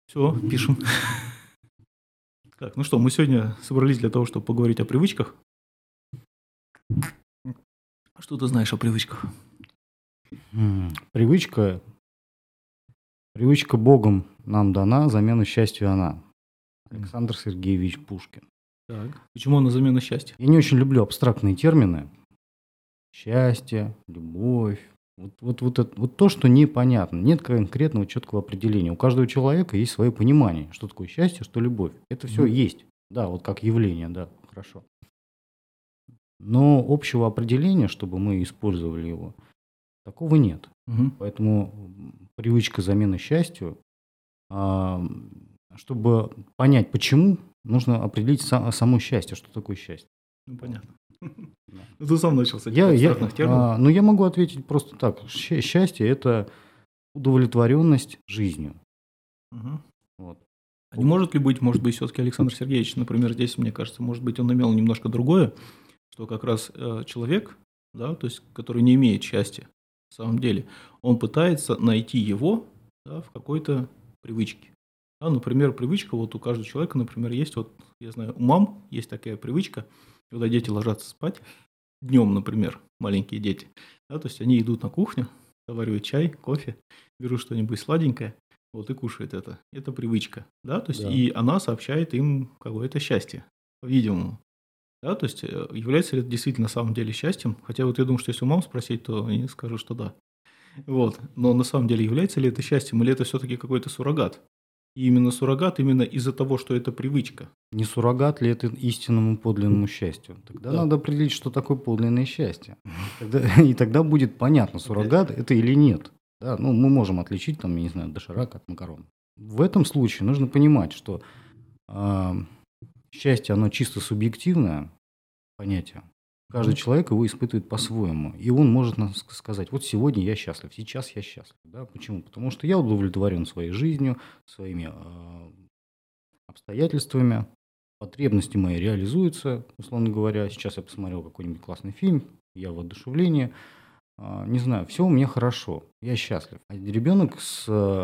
Все, пишем. Так, ну что, мы сегодня собрались для того, чтобы поговорить о привычках. Что ты знаешь о привычках? Привычка Богом нам дана, замену счастью она. Александр Сергеевич Пушкин. Так, почему на замену счастья? Я не очень люблю абстрактные термины. Счастье, любовь. Вот то, что непонятно. Нет конкретного четкого определения. У каждого человека есть свое понимание, что такое счастье, что любовь. Это все есть. Да, вот как явление, да, хорошо. Но общего определения, чтобы мы использовали его, такого нет. Мгм. Поэтому привычка замены счастью, чтобы понять, почему, нужно определить само счастье, что такое счастье. Ну, понятно. Да. Ну, ты сам начал с этих абстрактных терминов. Ну, я могу ответить просто так. Счастье – это удовлетворенность жизнью. Мгм. Вот. А не может ли быть, может быть, все-таки Александр Сергеевич, например, здесь, мне кажется, может быть, он имел немножко другое, что как раз человек, да, то есть, который не имеет счастья, на самом деле, он пытается найти его, да, в какой-то привычке. Да, например, привычка, вот у каждого человека, например, есть, вот, я знаю, у мам есть такая привычка, когда дети ложатся спать, днем, например, маленькие дети, да, то есть они идут на кухню, заваривают чай, кофе, берут что-нибудь сладенькое, вот и кушают это. Это привычка, да, то есть Да. и она сообщает им какое-то счастье, по-видимому. Да, то есть является ли это действительно на самом деле счастьем? Хотя вот я думаю, что если у мам спросить, то они скажут, что да. Вот. Но на самом деле является ли это счастьем, или это все-таки какой-то суррогат? И именно суррогат именно из-за того, что это привычка. Не суррогат ли это истинному подлинному счастью? Тогда Да. надо определить, что такое подлинное счастье. И тогда будет понятно, суррогат это или нет. Да, ну, мы можем отличить, там, я не знаю, доширак от макарон. В этом случае нужно понимать, что а, счастье, оно чисто субъективное понятие. Каждый Мгм. человек его испытывает по-своему. И он может нам сказать, вот сегодня я счастлив, сейчас я счастлив. Да? Почему? Потому что я удовлетворен своей жизнью, своими обстоятельствами, потребности мои реализуются, условно говоря. Сейчас я посмотрел какой-нибудь классный фильм, я в воодушевлении, не знаю, все у меня хорошо, я счастлив. А ребенок с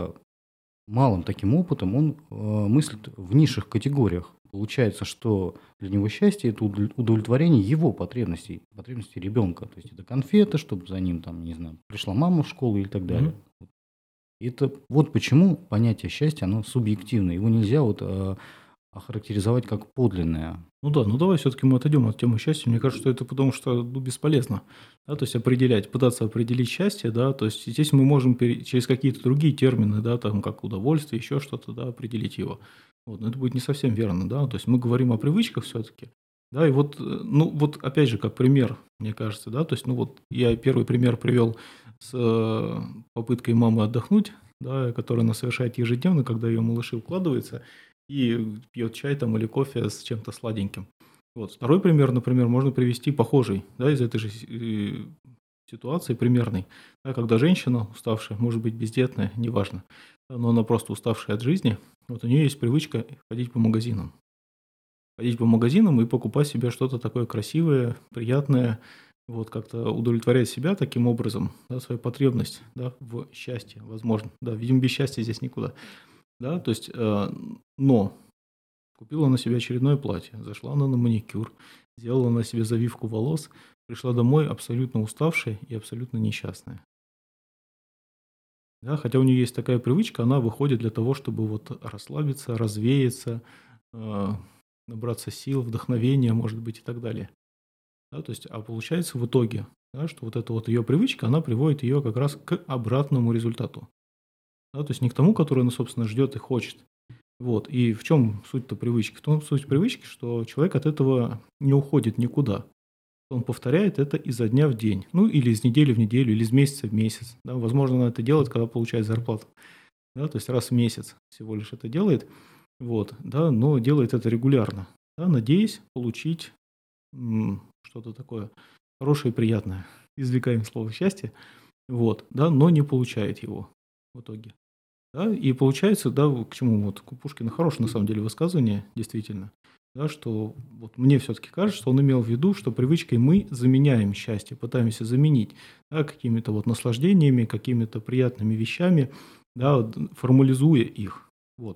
малым таким опытом, он мыслит в низших категориях. Получается, что для него счастье – это удовлетворение его потребностей, потребностей ребенка. То есть это конфеты, чтобы за ним, там, не знаю, пришла мама в школу и так далее. Мгм. И это вот почему понятие счастья, оно субъективное. Его нельзя охарактеризовать как подлинное. Ну да, ну давай все-таки мы отойдем от темы счастья. Мне кажется, что это потому что ну, бесполезно. Да, то есть определять, пытаться определить счастье, да, то есть здесь мы можем через какие-то другие термины, да, там как удовольствие, еще что-то, да, определить его. Вот, но это будет не совсем верно, да, то есть мы говорим о привычках все-таки, да, и вот, ну вот опять же, как пример, мне кажется, да, то есть, ну вот я первый пример привел с попыткой мамы отдохнуть, да, которую она совершает ежедневно, когда ее малыши укладываются, и пьет чай там или кофе с чем-то сладеньким. Вот. Второй пример, например, можно привести похожий, да, из этой же ситуации примерной, да, когда женщина уставшая, может быть бездетная, неважно, да, но она просто уставшая от жизни, вот у нее есть привычка ходить по магазинам. Ходить по магазинам и покупать себе что-то такое красивое, приятное, вот как-то удовлетворять себя таким образом, да, свою потребность, да, в счастье, возможно. Да, видимо, без счастья здесь никуда. Да, то есть, но купила на себе очередное платье, зашла она на маникюр, сделала на себе завивку волос, пришла домой абсолютно уставшая и абсолютно несчастная. Да, хотя у нее есть такая привычка, она выходит для того, чтобы вот расслабиться, развеяться, э, набраться сил, вдохновения, может быть, и так далее. Да, то есть, а получается в итоге, да, что вот эта вот ее привычка, она приводит ее как раз к обратному результату. Да, то есть не к тому, который она, собственно, ждет и хочет. Вот. И в чем суть-то привычки? В том суть привычки, что человек от этого не уходит никуда. Он повторяет это изо дня в день. Ну, или из недели в неделю, или из месяца в месяц. Да, возможно, он это делает, когда получает зарплату. Да, то есть раз в месяц всего лишь это делает. Вот, да, но делает это регулярно. Да, надеясь получить что-то такое хорошее и приятное. Извлекаем слово счастье. Вот, да, но не получает его в итоге. Да, и получается, да, к чему вот у Пушкина хорошее на самом деле высказывание, действительно, да, что вот мне все-таки кажется, что он имел в виду, что привычкой мы заменяем счастье, пытаемся заменить, да, какими-то вот наслаждениями, какими-то приятными вещами, да, вот, формализуя их. Вот.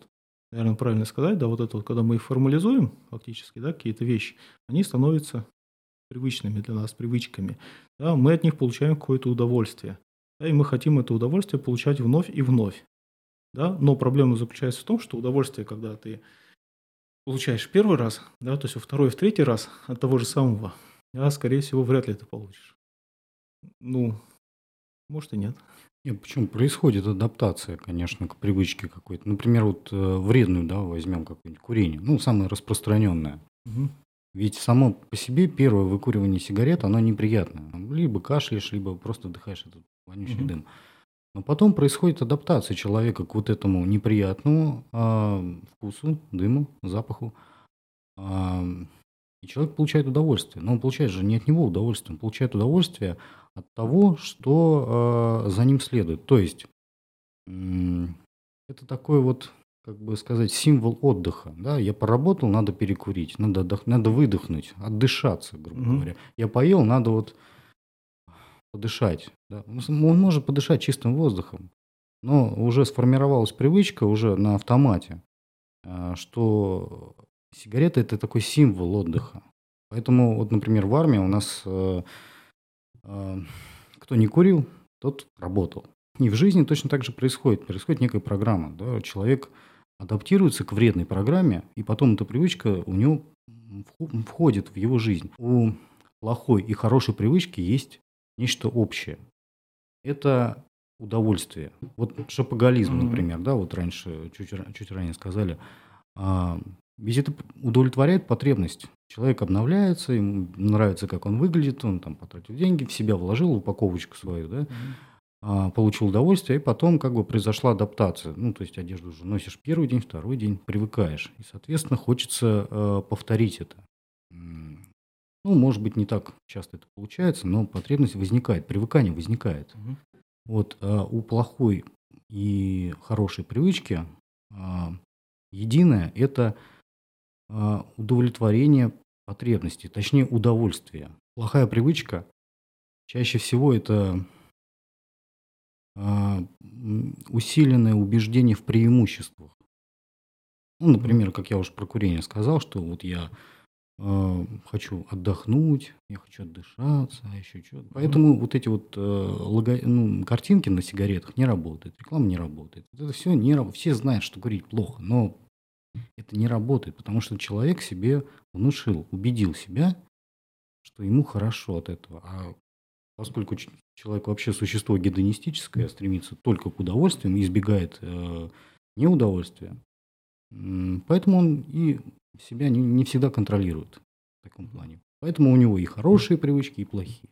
наверное, правильно сказать, да, вот это вот, когда мы их формализуем фактически, да, какие-то вещи, они становятся привычными для нас, привычками. Да, мы от них получаем какое-то удовольствие. Да, и мы хотим это удовольствие получать вновь и вновь. Да, но проблема заключается в том, что удовольствие, когда ты получаешь первый раз, да, то есть во второй, в третий раз от того же самого, скорее всего, вряд ли ты получишь. Ну, может и нет. Нет, почему? Происходит адаптация, конечно, к привычке какой-то. Например, вот вредную, да, возьмем какое-нибудь курение. Ну, самое распространенное. Мгм. Ведь само по себе первое выкуривание сигарет, оно неприятное. Либо кашляешь, либо просто вдыхаешь этот вонючий Мгм. дым. Но потом происходит адаптация человека к вот этому неприятному вкусу, дыму, запаху. А, и человек получает удовольствие. Но он получает же не от него удовольствие, он получает удовольствие от того, что за ним следует. То есть м, это такой вот, как бы сказать, символ отдыха. Да? Я поработал, надо перекурить, надо выдохнуть, отдышаться, грубо Мгм. говоря. Я поел, надо вот подышать. Да? Он может подышать чистым воздухом, но уже сформировалась привычка уже на автомате, что сигарета – это такой символ отдыха. Поэтому вот, например, в армии у нас э, кто не курил, тот работал. И в жизни точно так же происходит. Происходит некая программа. Да? Человек адаптируется к вредной программе, и потом эта привычка у него входит в его жизнь. У плохой и хорошей привычки есть нечто общее. Это удовольствие. Вот шопоголизм, Мгм. например, да, вот раньше, чуть ранее сказали. А, Ведь это удовлетворяет потребность. Человек обновляется, ему нравится, как он выглядит, он там потратил деньги, в себя вложил в упаковочку свою, да, Мгм. получил удовольствие, и потом как бы произошла адаптация. Ну, то есть одежду уже носишь первый день, второй день, привыкаешь. И, соответственно, хочется повторить это. М, Ну, может быть, не так часто это получается, но потребность возникает, привыкание возникает. Мгм. Вот у плохой и хорошей привычки а, единое – это удовлетворение потребностей, точнее удовольствие. Плохая привычка чаще всего это усиленное убеждение в преимуществах. Ну, Мгм. например, как я уже про курение сказал, что вот я хочу отдохнуть, я хочу отдышаться, а еще что-то. Мгм. Поэтому вот эти вот картинки на сигаретах не работают, реклама не работает. Вот это все все знают, что курить плохо, но это не работает, потому что человек себе внушил, убедил себя, что ему хорошо от этого. А поскольку человек вообще существо гедонистическое, стремится только к удовольствиям и избегает неудовольствия, поэтому он и себя не всегда контролирует в таком плане. Поэтому у него и хорошие привычки, и плохие.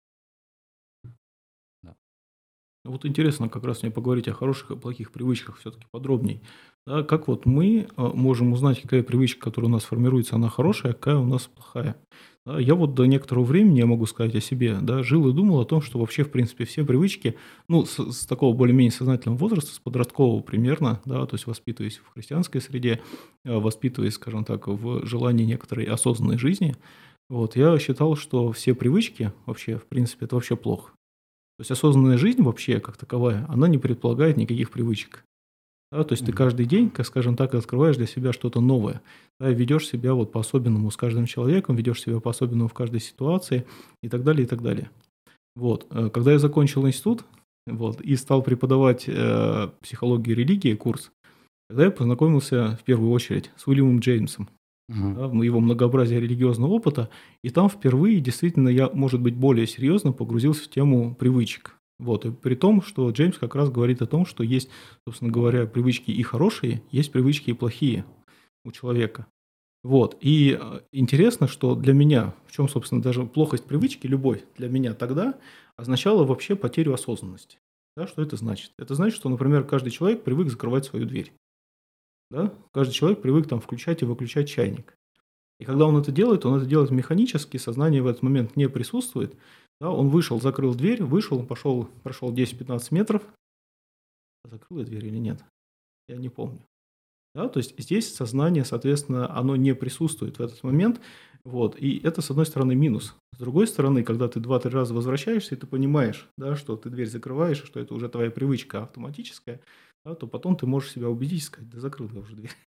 Да. Вот интересно как раз мне поговорить о хороших и плохих привычках все-таки подробней. Да, как вот мы можем узнать, какая привычка, которая у нас формируется, она хорошая, а какая у нас плохая. Да, я вот до некоторого времени, я могу сказать о себе, да, жил и думал о том, что вообще, в принципе, все привычки, ну, с такого более-менее сознательного возраста, с подросткового примерно, да, то есть воспитываясь в христианской среде, воспитываясь, скажем так, в желании некоторой осознанной жизни, вот, я считал, что все привычки вообще, в принципе, это вообще плохо. То есть осознанная жизнь вообще, как таковая, она не предполагает никаких привычек. Да, то есть ты Мгм. каждый день, как скажем так, открываешь для себя что-то новое. Да, ведешь себя вот по-особенному с каждым человеком, ведешь себя по-особенному в каждой ситуации и так далее, и так далее. Вот. Когда я закончил институт вот, и стал преподавать психологию и религии курс, тогда я познакомился в первую очередь с Уильямом Джеймсом, Мгм. да, его многообразие религиозного опыта, и там впервые действительно я, может быть, более серьезно погрузился в тему привычек. Вот, и при том, что Джеймс как раз говорит о том, что есть, собственно говоря, привычки и хорошие, есть привычки и плохие у человека. Вот, и интересно, что для меня, в чем, собственно, даже плохость привычки любой для меня тогда означала вообще потерю осознанности. Да, что это значит? Это значит, что, например, каждый человек привык закрывать свою дверь. Да? Каждый человек привык там включать и выключать чайник. И когда он это делает механически, сознание в этот момент не присутствует. Да, он вышел, закрыл дверь, вышел, пошел, прошел 10-15 метров. Закрыл я дверь или нет? Я не помню. Да, то есть здесь сознание, соответственно, оно не присутствует в этот момент. Вот, и это, с одной стороны, минус. С другой стороны, когда ты 2-3 раза возвращаешься, и ты понимаешь, да, что ты дверь закрываешь, и что это уже твоя привычка автоматическая, да, то потом ты можешь себя убедить и сказать, да закрыл я уже дверь.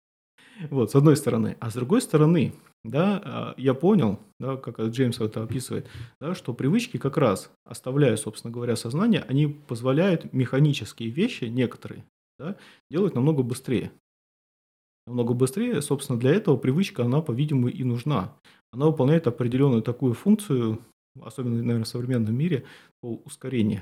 Вот, с одной стороны. А с другой стороны, да, я понял, да, как Джеймс это описывает, да, что привычки как раз, оставляя, собственно говоря, сознание, они позволяют механические вещи, некоторые, да, делать намного быстрее. Намного быстрее, собственно, для этого привычка, она, по-видимому, и нужна. Она выполняет определенную такую функцию, особенно, наверное, в современном мире, по ускорению.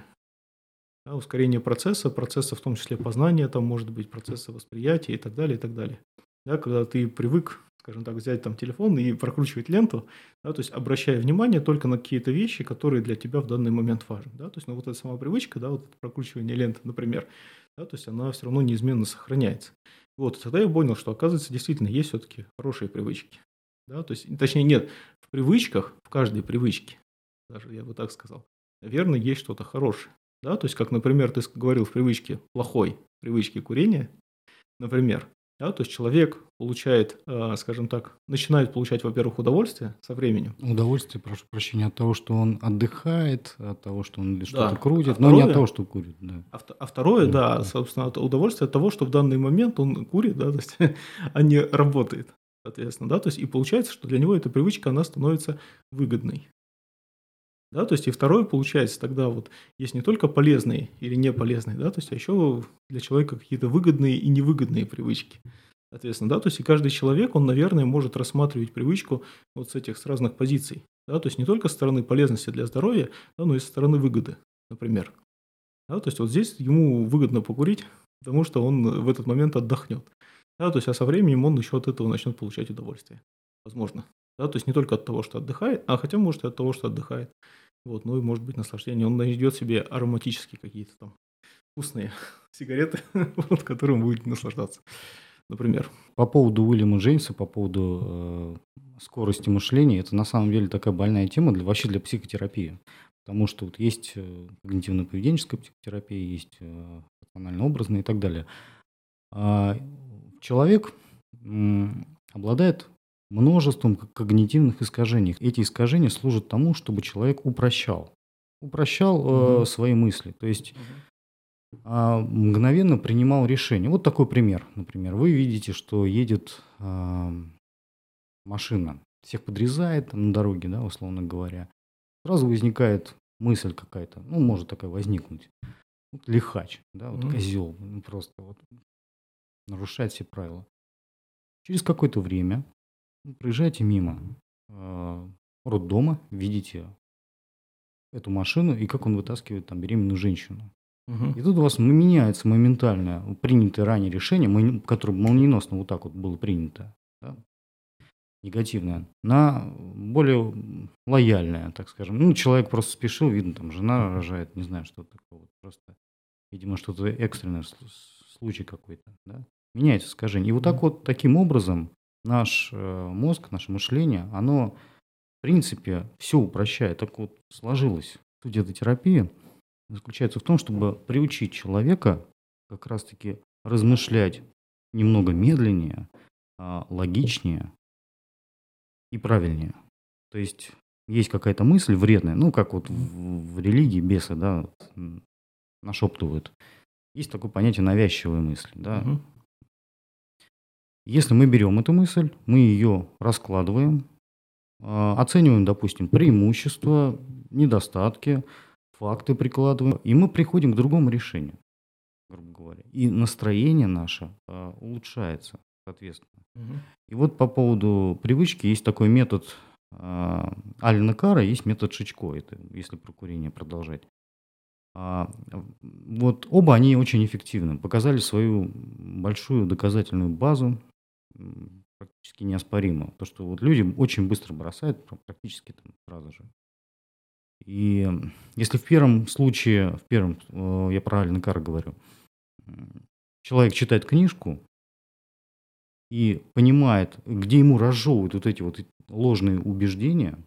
Да, ускорение процесса в том числе познания, там, может быть, процесса восприятия и так далее, и так далее. Да, когда ты привык, скажем так, взять там телефон и прокручивать ленту, да, то есть обращая внимание только на какие-то вещи, которые для тебя в данный момент важны. Да, то есть, ну, вот эта сама привычка, да, вот это прокручивание ленты, например, да, то есть она все равно неизменно сохраняется. Вот, и тогда я понял, что, оказывается, действительно есть все-таки хорошие привычки. Да, то есть, точнее, нет, в привычках, в каждой привычке, даже я бы так сказал, наверное, есть что-то хорошее. Да, то есть, как, например, ты говорил в привычке, плохой привычке курения, например, да, то есть человек получает, скажем так, начинает получать, во-первых, удовольствие со временем. Удовольствие, прошу прощения, от того, что он отдыхает, от того, что он что-то Да. А крутит, но не от того, второе, что курит, да. второе, Да, да, да. собственно, удовольствие от того, что в данный момент он курит, да, то есть, а не работает, соответственно, да, то есть, и получается, что для него эта привычка, она становится выгодной. Да, то есть и второе, получается, тогда вот есть не только полезные или не полезные, да, то есть, а еще для человека какие-то выгодные и невыгодные привычки. Соответственно, да, то есть и каждый человек, он, наверное, может рассматривать привычку вот с разных позиций. Да, то есть не только со стороны полезности для здоровья, да, но и со стороны выгоды, например. Да, то есть вот здесь ему выгодно покурить, потому что он в этот момент отдохнет. Да, то есть, а со временем он еще от этого начнет получать удовольствие. Возможно. Да, то есть не только от того, что отдыхает, а хотя, может, и от того, что отдыхает. Вот, ну и может быть наслаждение. Он найдет себе ароматические какие-то там вкусные сигареты, вот, которым будет наслаждаться, например. По поводу Уильяма Джеймса, по поводу скорости мышления, это на самом деле такая больная тема вообще для психотерапии. Потому что вот есть когнитивно-поведенческая психотерапия, есть рационально-образная и так далее. А, Человек обладает множеством когнитивных искажений. Эти искажения служат тому, чтобы человек упрощал Мгм. свои мысли. То есть Мгм. мгновенно принимал решение. Вот такой пример. Например, вы видите, что едет машина, всех подрезает там на дороге, да, условно говоря. Сразу возникает мысль какая-то, ну, может такая возникнуть. Вот лихач, да, вот Мгм. козел, просто вот нарушает все правила. Через какое-то время проезжаете мимо роддома, видите эту машину и как он вытаскивает там беременную женщину. Мгм. И тут у вас меняется моментально принятое ранее решение, которое молниеносно вот так вот было принято, да, негативное, на более лояльное, так скажем. Ну, человек просто спешил, видно, там жена рожает, не знаю, что такое. Вот просто, видимо, что-то экстренное, случай какой-то, да. Меняется искажение. И вот так Мгм. вот, таким образом, наш мозг, наше мышление, оно, в принципе, все упрощает. Так вот сложилось. Суть этой терапии заключается в том, чтобы приучить человека как раз-таки размышлять немного медленнее, логичнее и правильнее. То есть какая-то мысль вредная, ну, как вот Мгм. в религии бесы, да, вот, нашептывают. Есть такое понятие навязчивой мысли, да. Мгм. Если мы берем эту мысль, мы ее раскладываем, оцениваем, допустим, преимущества, недостатки, факты прикладываем, и мы приходим к другому решению, грубо говоря. И настроение наше улучшается, соответственно. Мгм. И вот по поводу привычки есть такой метод Алина Карра, есть метод Шичко, это если про курение продолжать. Вот оба они очень эффективны, показали свою большую доказательную базу, практически неоспоримо. То, что вот люди очень быстро бросают, практически там сразу же. И если в первом случае, я про Алина Карра говорю, человек читает книжку и понимает, где ему разжевывают вот эти вот ложные убеждения,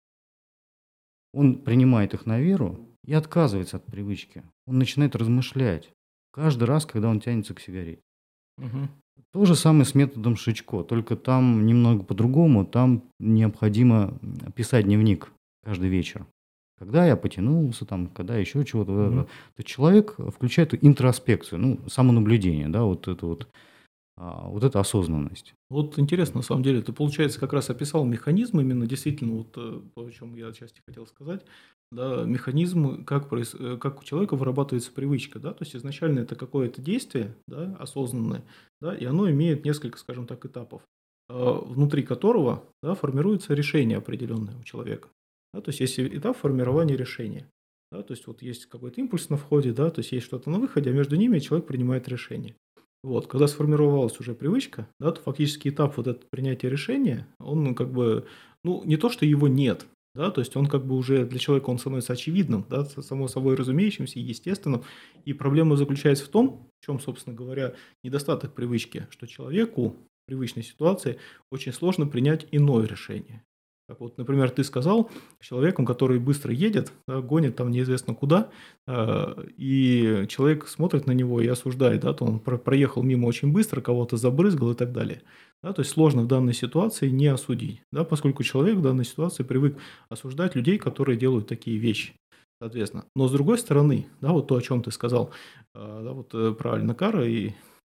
он принимает их на веру и отказывается от привычки. Он начинает размышлять каждый раз, когда он тянется к сигарете. Мгм. То же самое с методом Шичко, только там немного по-другому. Там необходимо писать дневник каждый вечер. Когда я потянулся, там, когда еще чего-то. Мгм. То человек включает интроспекцию, ну, самонаблюдение, да, вот это вот вот эта осознанность. Вот интересно, на самом деле, ты, получается, как раз описал механизм именно действительно вот то, о чем я отчасти хотел сказать, да, механизм, как у человека вырабатывается привычка, да, то есть изначально это какое-то действие, да, осознанное, да, и оно имеет несколько, скажем так, этапов, внутри которого, да, формируется решение определенное у человека, да, то есть есть этап формирования решения, да, то есть вот есть какой-то импульс на входе, да, то есть есть что-то на выходе, а между ними человек принимает решение. Вот, когда сформировалась уже привычка, да, то фактически этап вот этот принятия решения, он как бы, ну, не то, что его нет, да, то есть он как бы уже для человека он становится очевидным, да, само собой разумеющимся и естественным. И проблема заключается в том, в чем, собственно говоря, недостаток привычки, что человеку в привычной ситуации очень сложно принять иное решение. Как вот, например, ты сказал, человеком, который быстро едет, да, гонит там неизвестно куда, и человек смотрит на него и осуждает, да, то он проехал мимо очень быстро, кого-то забрызгал и так далее. Да, то есть сложно в данной ситуации не осудить, да, поскольку человек в данной ситуации привык осуждать людей, которые делают такие вещи, соответственно. Но с другой стороны, да, вот то, о чем ты сказал, да, вот про Аль-Накара и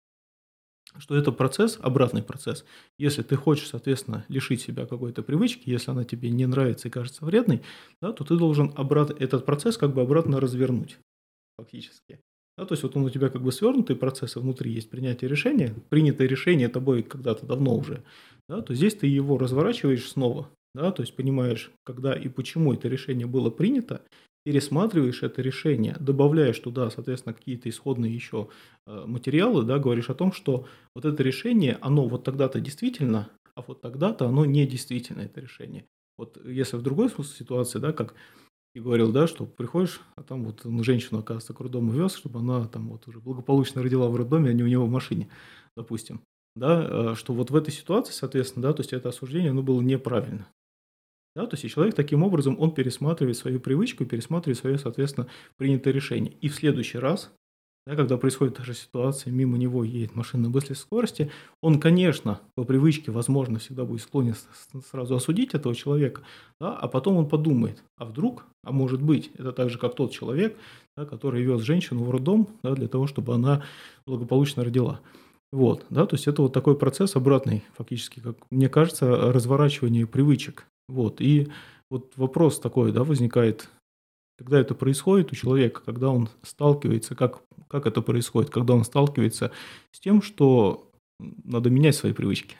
что это процесс, обратный процесс. Если ты хочешь, соответственно, лишить себя какой-то привычки, если она тебе не нравится и кажется вредной, да, то ты должен этот процесс как бы обратно развернуть фактически. Да, то есть вот он у тебя как бы свернутый процесс, и внутри есть принятие решения, принятое решение тобой когда-то давно уже, да, то здесь ты его разворачиваешь снова, да, то есть понимаешь, когда и почему это решение было принято, пересматриваешь это решение, добавляешь туда, соответственно, какие-то исходные еще материалы, да, говоришь о том, что вот это решение, оно вот тогда-то действительно, а вот тогда-то оно не действительно, это решение. Вот если в другой ситуации, да, как и говорил, да, что приходишь, а там вот он женщину, оказывается, к роддому вез, чтобы она там вот уже благополучно родила в роддоме, а не у него в машине, допустим. Да, что вот в этой ситуации, соответственно, да, то есть это осуждение, оно было неправильно. Да, то есть и человек таким образом, он пересматривает свою привычку, пересматривает свое, соответственно, принятое решение. И в следующий раз, да, когда происходит та же ситуация, мимо него едет машина на быстрой скорости, он, конечно, по привычке, возможно, всегда будет склонен сразу осудить этого человека, да, а потом он подумает, а вдруг, а может быть, это так же, как тот человек, да, который вез женщину в роддом, да, для того, чтобы она благополучно родила. Вот, да, то есть это вот такой процесс обратный, фактически, как мне кажется, разворачивание привычек. Вот, и вот вопрос такой, да, возникает, когда это происходит у человека, когда он сталкивается, как это происходит, когда он сталкивается с тем, что надо менять свои привычки.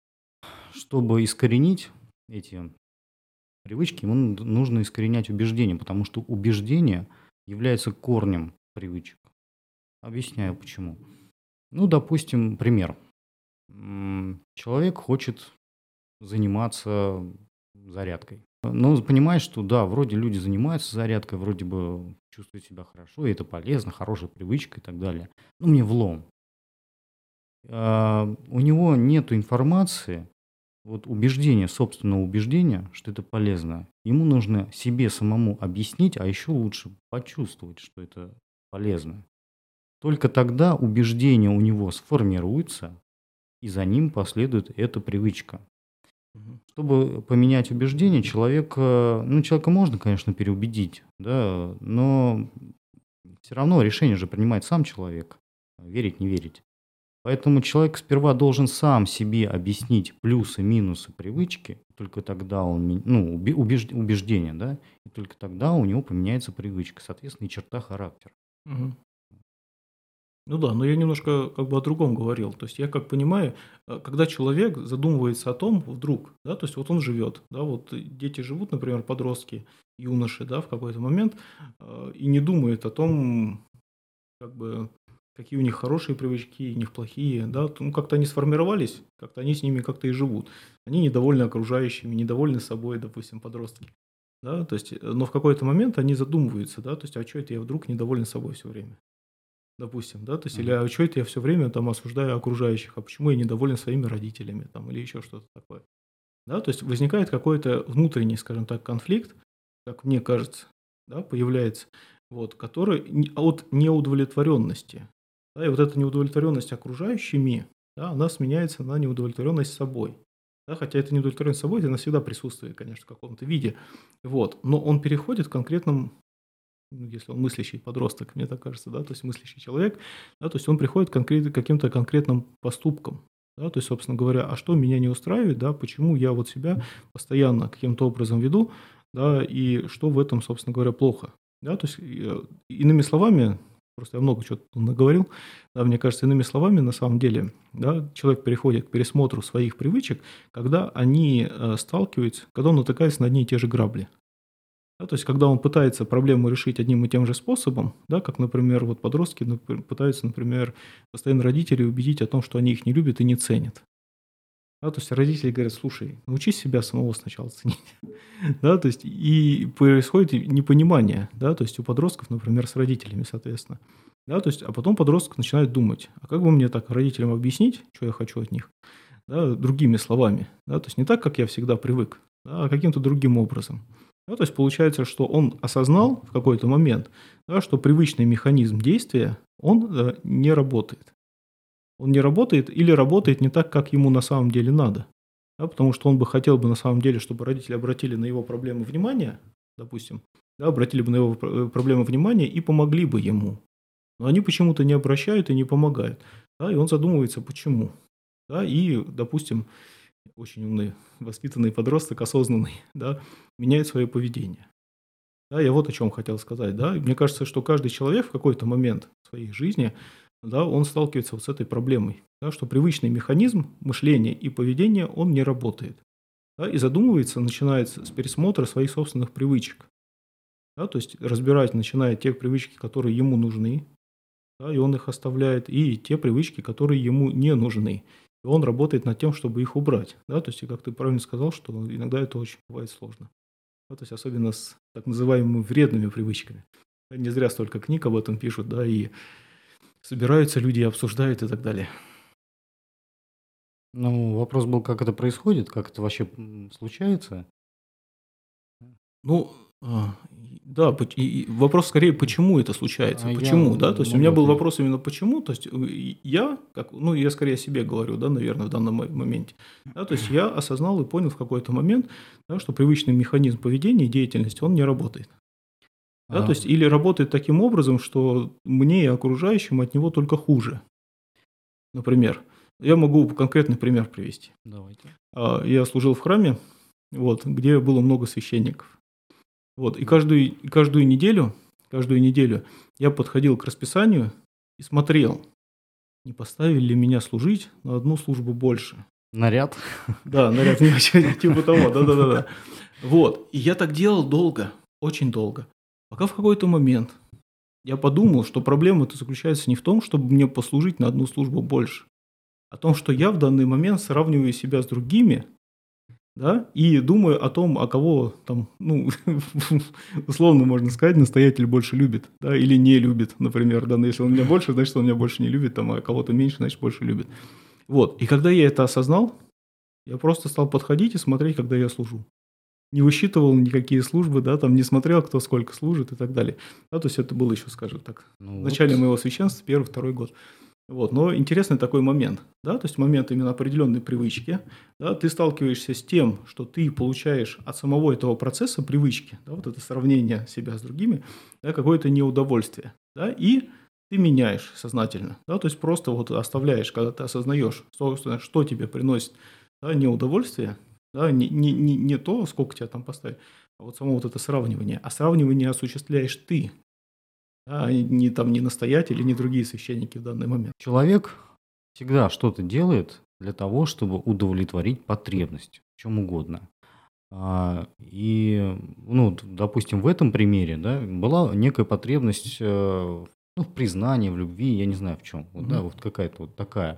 Чтобы искоренить эти привычки, ему нужно искоренять убеждения, потому что убеждение является корнем привычек. Объясняю почему. Ну, допустим, пример. Человек хочет заниматься зарядкой. Но понимает, что да, вроде люди занимаются зарядкой, вроде бы чувствуют себя хорошо, и это полезно, хорошая привычка и так далее. Ну, мне влом. У него нет информации, вот убеждения, собственного убеждения, что это полезно. Ему нужно себе самому объяснить, а еще лучше почувствовать, что это полезно. Только тогда убеждение у него сформируется, и за ним последует эта привычка. Мгм. Чтобы поменять убеждение, человека можно, конечно, переубедить, да, но все равно решение же принимает сам человек, верить, не верить. Поэтому человек сперва должен сам себе объяснить плюсы, минусы привычки, только тогда убеждения, да, и только тогда у него поменяется привычка, соответственно, и черта характера. Мгм. Ну да, но я немножко как бы о другом говорил. То есть я как понимаю, когда человек задумывается о том, вдруг, да, то есть вот он живет, да, вот дети живут, например, подростки, юноши, да, в какой-то момент, и не думает о том, как бы, какие у них хорошие привычки, у них плохие, да, ну, как-то они сформировались, как-то они с ними как-то и живут. Они недовольны окружающими, недовольны собой, допустим, подростки, да, то есть, но в какой-то момент они задумываются, да, то есть, а что это я вдруг недоволен собой все время? Допустим, да, то есть, или Мгм. а чё это я все время там осуждаю окружающих, а почему я недоволен своими родителями там или еще что-то такое. Да, то есть возникает какой-то внутренний, скажем так, конфликт, как мне кажется, да, появляется, вот, который от неудовлетворенности. Да, и вот эта неудовлетворенность окружающими, да, она сменяется на неудовлетворенность собой. Да, хотя эта неудовлетворенность собой, она всегда присутствует, конечно, в каком-то виде. Вот, но он переходит к конкретным если он мыслящий подросток, мне так кажется, да, то есть мыслящий человек, да, то есть он приходит к каким-то конкретным поступкам, да, то есть, собственно говоря, а что меня не устраивает, да, почему я вот себя постоянно каким-то образом веду, да, и что в этом, собственно говоря, плохо, да, то есть, иными словами, просто я много чего наговорил, да, мне кажется, иными словами, на самом деле, да, человек переходит к пересмотру своих привычек, когда они сталкиваются, когда он натыкается на одни и те же грабли. Да, то есть, когда он пытается проблему решить одним и тем же способом, да, как, например, вот подростки пытаются, например, постоянно родителей убедить о том, что они их не любят и не ценят. Да, то есть родители говорят: слушай, научись себя самого сначала ценить. Да, то есть и происходит непонимание, да, то есть у подростков, например, с родителями, соответственно. Да, то есть, а потом подросток начинает думать, а как бы мне так родителям объяснить, что я хочу от них, да, другими словами, да, то есть не так, как я всегда привык, да, а каким-то другим образом. Да, то есть получается, что он осознал в какой-то момент, да, что привычный механизм действия, он не работает. Он не работает или работает не так, как ему на самом деле надо. Да, потому что он бы хотел бы на самом деле, чтобы родители обратили на его проблемы внимание, допустим, да, обратили бы на его проблемы внимание и помогли бы ему. Но они почему-то не обращают и не помогают. Да, и он задумывается, почему. Да, и, допустим, очень умный, воспитанный подросток, осознанный, да, меняет свое поведение. Да, я вот о чем хотел сказать, да. И мне кажется, что каждый человек в какой-то момент своей жизни, да, он сталкивается вот с этой проблемой, да, что привычный механизм мышления и поведения, он не работает. Да, и задумывается, начинает с пересмотра своих собственных привычек. Да, то есть разбирать начинает те привычки, которые ему нужны, да, и он их оставляет, и те привычки, которые ему не нужны. И он работает над тем, чтобы их убрать. Да, то есть, и как ты правильно сказал, что иногда это очень бывает сложно. Да, то есть, особенно с так называемыми вредными привычками. Не зря столько книг об этом пишут, да, и собираются люди и обсуждают и так далее. Ну, вопрос был, как это происходит, как это вообще случается. Ну, да, и вопрос скорее, почему это случается, Я почему, да, то есть у могу меня был ответить. вопрос именно почему, то есть я, как, ну, я скорее о себе говорю, да, наверное, в данном моменте, да, то есть я осознал и понял в какой-то момент, да, что привычный механизм поведения и деятельности, он не работает, да, то А, есть или работает таким образом, что мне и окружающим от него только хуже, например, я могу конкретный пример привести. Давайте. Я служил в храме, вот, где было много священников. Вот, и каждую неделю я подходил к расписанию и смотрел, не поставили ли меня служить на одну службу больше. Наряд. Да, наряд не очень, типа того, да-да-да. Вот, и я так делал долго, очень долго, пока в какой-то момент я подумал, что проблема-то заключается не в том, чтобы мне послужить на одну службу больше, а в том, что я в данный момент сравниваю себя с другими, да, и думаю о том, а кого там, ну, условно можно сказать, настоятель больше любит, да, или не любит, например, да, но если он меня больше, значит, он меня больше не любит, там, а кого-то меньше, значит, больше любит. Вот, и когда я это осознал, я просто стал подходить и смотреть, когда я служу. Не высчитывал никакие службы, да, там, не смотрел, кто сколько служит и так далее. Да, то есть это было еще, скажем так, в Ну начале вот, моего священства, первый, второй год. Вот, но интересный такой момент, да, то есть момент именно определенной привычки, да, ты сталкиваешься с тем, что ты получаешь от самого этого процесса привычки, да, вот это сравнение себя с другими, да, какое-то неудовольствие, да, и ты меняешь сознательно, да, то есть просто вот оставляешь, когда ты осознаешь, собственно, что тебе приносит, да, неудовольствие, да, не то, сколько тебя там поставить, а вот само вот это сравнивание, а сравнивание осуществляешь ты, да, а не там не настоятель или не другие священники в данный момент. человек всегда что-то делает для того, чтобы удовлетворить потребность в чем угодно. Ну, допустим, в этом примере, да, была некая потребность, ну, в признании, в любви, я не знаю в чем. Вот, да, Мгм. вот какая-то вот такая.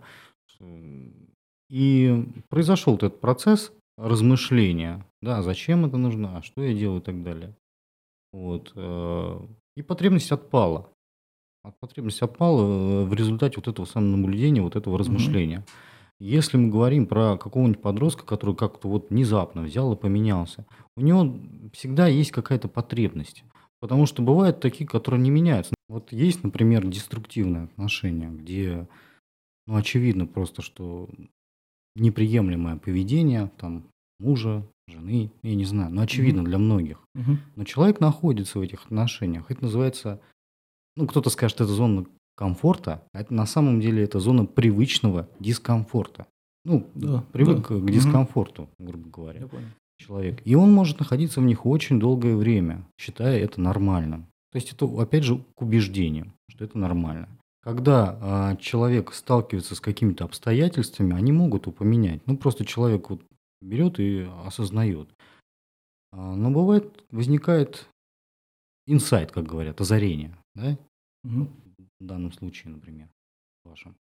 И произошел вот этот процесс размышления, да, зачем это нужно, а что я делаю и так далее. Вот, и потребность отпала. Потребность отпала в результате вот этого самонаблюдения, вот этого Мгм. размышления. Если мы говорим про какого-нибудь подростка, который как-то вот внезапно взял и поменялся, у него всегда есть какая-то потребность. Потому что бывают такие, которые не меняются. Вот есть, например, деструктивные отношения, где, ну, очевидно просто, что неприемлемое поведение там мужа, жены, я не знаю, но Мгм. очевидно для многих. Мгм. Но человек находится в этих отношениях. Это называется, ну, кто-то скажет, это зона комфорта, а это на самом деле это зона привычного дискомфорта. Ну, Да, да. привык к Мгм. дискомфорту, грубо говоря, Я понял. человек. И он может находиться в них очень долгое время, считая это нормальным. То есть это, опять же, к убеждениям, что это нормально. Когда человек сталкивается с какими-то обстоятельствами, они могут его поменять. Ну, просто человек вот берет и осознает. Но бывает, возникает инсайт, как говорят, озарение, да? Мгм. В данном случае, например, вашем.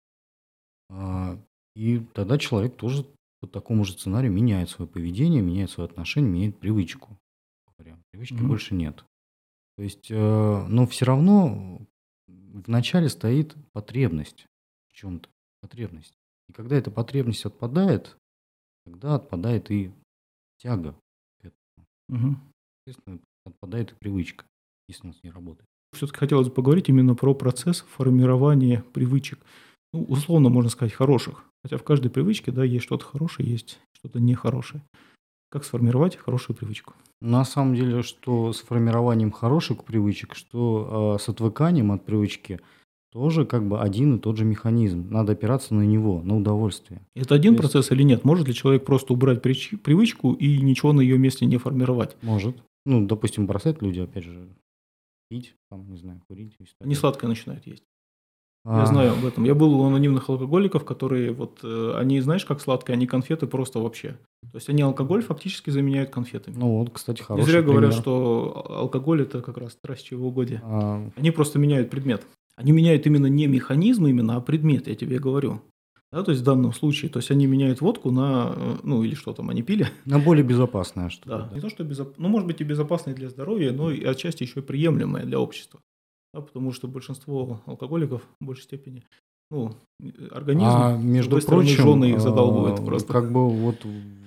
А, И тогда человек тоже по такому же сценарию меняет свое поведение, меняет свое отношение, меняет привычку. Говоря. Привычки Мгм. больше нет. То есть, но все равно в начале стоит потребность в чем-то. Потребность. И когда эта потребность отпадает, тогда отпадает и тяга к этому. Мгм. Естественно, отпадает и привычка, если он с ней работает. Все-таки хотелось бы поговорить именно про процесс формирования привычек. Ну, условно можно сказать, хороших. Хотя в каждой привычке, да, есть что-то хорошее, есть что-то нехорошее. Как сформировать хорошую привычку? На самом деле, что с формированием хороших привычек, что с отвыканием от привычки, тоже как бы один и тот же механизм. Надо опираться на него, на удовольствие. Это То один есть процесс или нет? Может ли человек просто убрать привычку и ничего на ее месте не формировать? может, ну, допустим, бросать люди, опять же, пить, там, не знаю, курить и Они так сладкое начинают есть. Я далее. знаю об этом. Я был у анонимных алкоголиков, которые вот, они, знаешь, как сладкие, они конфеты просто вообще. То есть они алкоголь фактически заменяют конфетами. Ну вот, кстати, Не зря хороший говорят, пример. что алкоголь – это как раз страсть чревоугодия. А, Они просто меняют предмет. Они меняют именно не механизм именно, а предмет, я тебе говорю. Да, то есть в данном случае, то есть они меняют водку на, ну или что там они пили, на более безопасное что-то, да, да. не то что ну может быть и безопасное для здоровья, но и отчасти еще и приемлемое для общества. Да, потому что большинство алкоголиков в большей степени, ну, организм, А с между другой стороны, прочим, жены их задалбывает просто. как бы вот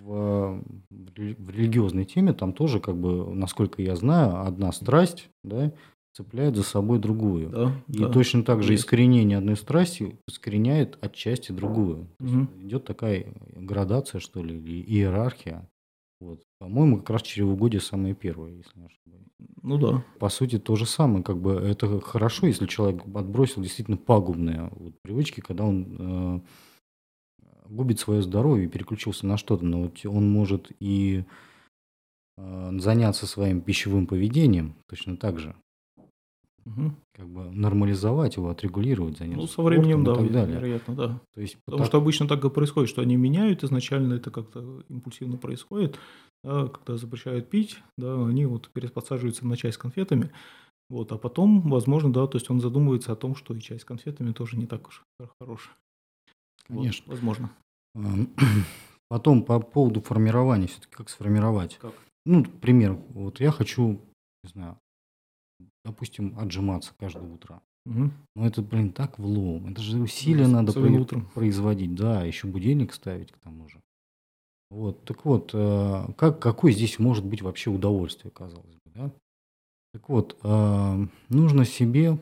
в религиозной теме там тоже, как бы, насколько я знаю, одна страсть, да, цепляет за собой другую. Да, И да, точно так так и же есть. искоренение одной страсти искореняет отчасти другую. То есть Мгм. идет такая градация, что ли, или иерархия. Вот. По-моему, как раз чревоугодие самое первое, если не ошибаюсь. Ну да. По сути, то же самое, как бы это хорошо, если человек отбросил действительно пагубные вот привычки, когда он губит свое здоровье и переключился на что-то, но вот он может и заняться своим пищевым поведением точно так же, Мгм. как бы нормализовать его, отрегулировать, Ну, заняться со временем, спортом и да, так далее. вероятно, да. То есть Потому что обычно так и происходит, что они меняют изначально, это как-то импульсивно происходит, да, когда запрещают пить, да, они вот переподсаживаются на чай с конфетами, вот, а потом, возможно, да, то есть он задумывается о том, что и чай с конфетами тоже не так уж хорош. Вот, конечно. возможно. Ам, Потом по поводу формирования, все-таки как сформировать. Как? Ну, пример, вот я хочу, не знаю, допустим, отжиматься каждое утро. Мгм. Ну, это, блин, так влом. Это же Да, усилия надо особенно утром. производить. Да, еще будильник ставить к тому же. Вот, так вот, какое здесь может быть вообще удовольствие, казалось бы, да? Так вот, нужно себе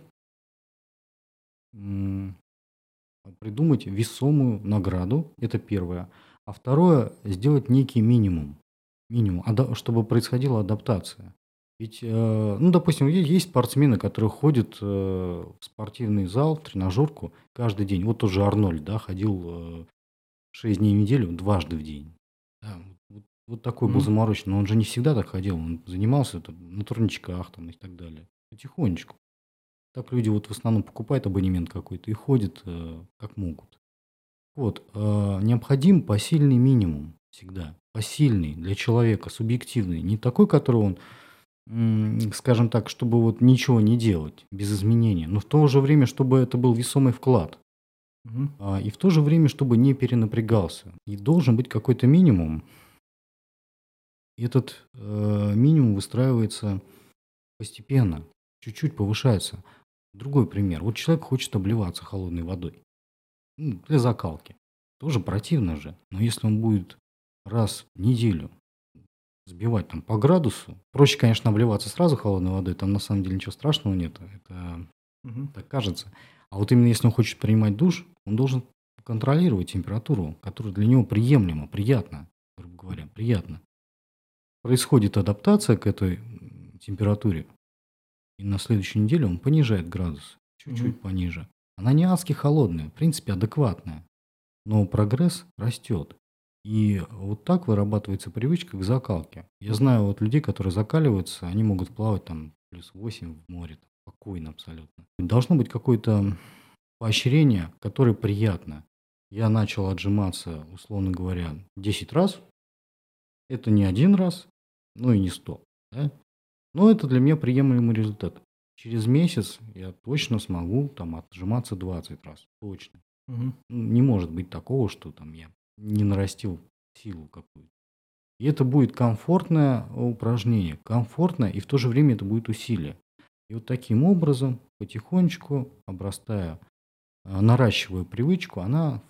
м, придумать весомую награду, это первое. А второе, сделать некий минимум, чтобы происходила адаптация. Ведь, ну, допустим, есть спортсмены, которые ходят в спортивный зал, в тренажерку каждый день. Вот тот же Арнольд, да, ходил 6 дней в неделю, дважды в день. Да, вот такой был Мгм. замороченный. Но он же не всегда так ходил. Он занимался там на турничках там и так далее. Потихонечку. Так люди вот в основном покупают абонемент какой-то и ходят как могут. Вот, необходим посильный минимум всегда. Посильный для человека, субъективный. Не такой, который он, скажем так, чтобы вот ничего не делать, без изменения. Но в то же время, чтобы это был весомый вклад. Мгм. И в то же время, чтобы не перенапрягался. И должен быть какой-то минимум. И этот минимум выстраивается постепенно, чуть-чуть повышается. Другой пример. Вот человек хочет обливаться холодной водой. Ну, для закалки. Тоже противно же. Но если он будет раз в неделю сбивать там по градусу, проще, конечно, обливаться сразу холодной водой, там на самом деле ничего страшного нет. Это Мгм. так кажется. А вот именно если он хочет принимать душ, он должен контролировать температуру, которая для него приемлема, приятна, грубо говоря, приятна. происходит адаптация к этой температуре, и на следующей неделе он понижает градус, чуть-чуть пониже. Она не адски холодная, в принципе, адекватная, но прогресс растет. И вот так вырабатывается привычка к закалке. Я знаю вот людей, которые закаливаются, они могут плавать там +8 в море, там, спокойно абсолютно. Должно быть какое-то поощрение, которое приятно. Я начал отжиматься, условно говоря, 10 раз. Это не один раз, ну и не 100. Да? Но это для меня приемлемый результат. Через месяц я точно смогу там отжиматься 20 раз. Точно. Мгм. Не может быть такого, что там я не нарастил силу какую-то. И это будет комфортное упражнение. Комфортное, и в то же время это будет усилие. И вот таким образом, потихонечку, обрастая, наращивая привычку, она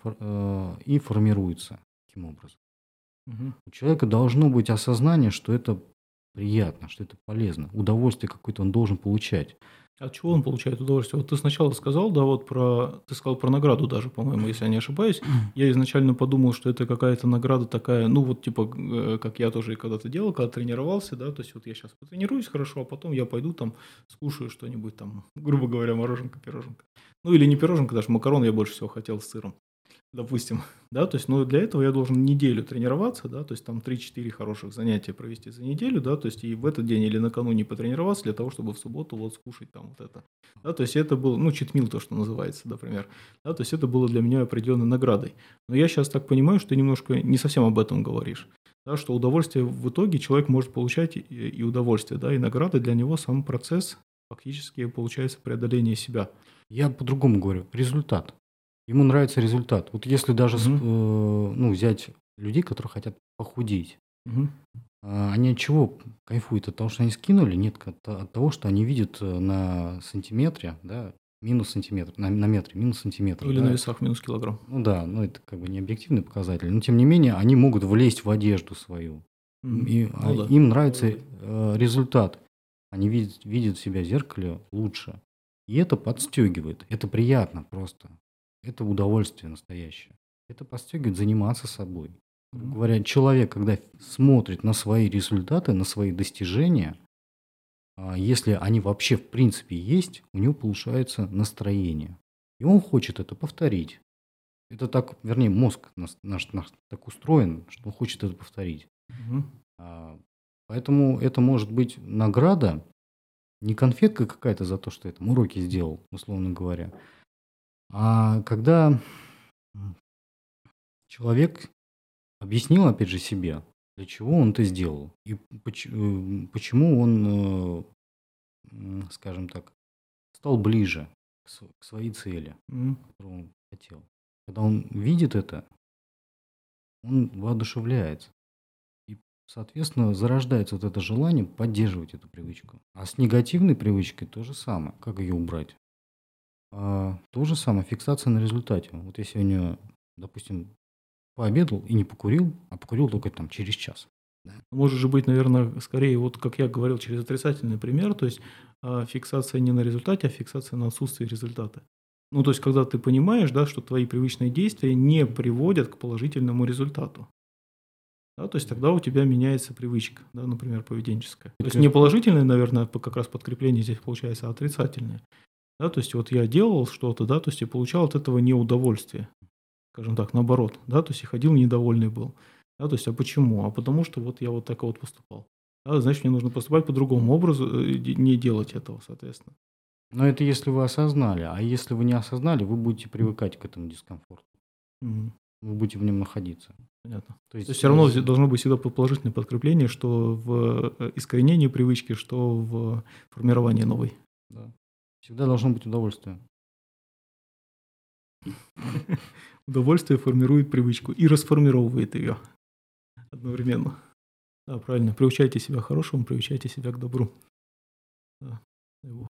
и формируется таким образом. Мгм. У человека должно быть осознание, что это приятно, что это полезно. Удовольствие какое-то он должен получать. От чего он получает удовольствие? Вот ты сначала сказал, да, вот ты сказал про награду даже, по-моему, если я не ошибаюсь. Я изначально подумал, что это какая-то награда такая, ну вот типа, как я тоже когда-то делал, когда тренировался, да, то есть вот я сейчас потренируюсь хорошо, а потом я пойду там скушаю что-нибудь там, грубо говоря, мороженка, пироженка. Ну или не пироженка, даже макарон я больше всего хотел с сыром. Допустим, да, то есть, но для этого я должен неделю тренироваться, да, то есть там 3-4 хороших занятия провести за неделю, да, то есть и в этот день или накануне потренироваться для того, чтобы в субботу вот скушать там вот это. Да, то есть это был, ну, читмил то, что называется, например. Да, то есть это было для меня определенной наградой. Но я сейчас так понимаю, что ты немножко не совсем об этом говоришь. Да, что удовольствие в итоге человек может получать и удовольствие, да, и награда для него сам процесс фактически получается преодоление себя. Я по-другому говорю. Результат. Ему нравится результат. Вот если даже ну, взять людей, которые хотят похудеть, Мгм. они от чего кайфуют? От того, что они скинули? Нет, от того, что они видят на сантиметре, да, минус сантиметр, на метре минус сантиметр, Ну или на да. весах минус килограмм. Ну да, но это как бы не объективный показатель. Но тем не менее, они могут влезть в одежду свою. И, Ну да. им нравится результат. Они видят себя в зеркале лучше. И это подстегивает. Это приятно просто. Это удовольствие настоящее. Это подстегивает заниматься собой. Грубо говоря, человек, когда смотрит на свои результаты, на свои достижения, если они вообще в принципе есть, у него повышается настроение. И он хочет это повторить. Это так, вернее, мозг наш так устроен, что он хочет это повторить. Мгм. Поэтому это может быть награда, не конфетка какая-то за то, что я там уроки сделал, условно говоря, а когда человек объяснил, опять же, себе, для чего он это сделал, и почему он, скажем так, стал ближе к своей цели, Мгм. которую он хотел. Когда он видит это, он воодушевляется. И, соответственно, зарождается вот это желание поддерживать эту привычку. А с негативной привычкой то же самое. Как ее убрать? То же самое, фиксация на результате. Вот я сегодня, допустим, пообедал и не покурил, а покурил только там через час. Может же быть, наверное, скорее, вот как я говорил, через отрицательный пример, то есть фиксация не на результате, а фиксация на отсутствии результата. Ну, то есть, когда ты понимаешь, да, что твои привычные действия не приводят к положительному результату. Да, то есть тогда у тебя меняется привычка, да, например, поведенческая. То есть не положительное, наверное, как раз подкрепление здесь получается, а отрицательное. Да, то есть вот я делал что-то, да, то есть и получал от этого неудовольствие, скажем так, наоборот, да, то есть и ходил недовольный был. Да, то есть, а почему? А потому что вот я вот так вот поступал. Да, значит, мне нужно поступать по другому образу, не делать этого, соответственно. Но это если вы осознали. А если вы не осознали, вы будете привыкать к этому дискомфорту. Мгм. Вы будете в нем находиться. Понятно. То То есть есть, все равно должно быть всегда положительное подкрепление, что в искоренении привычки, что в формировании новой. да, всегда должно быть удовольствие. Удовольствие формирует привычку и расформировывает ее одновременно. Да, правильно. Приучайте себя к хорошему, приучайте себя к добру. Да.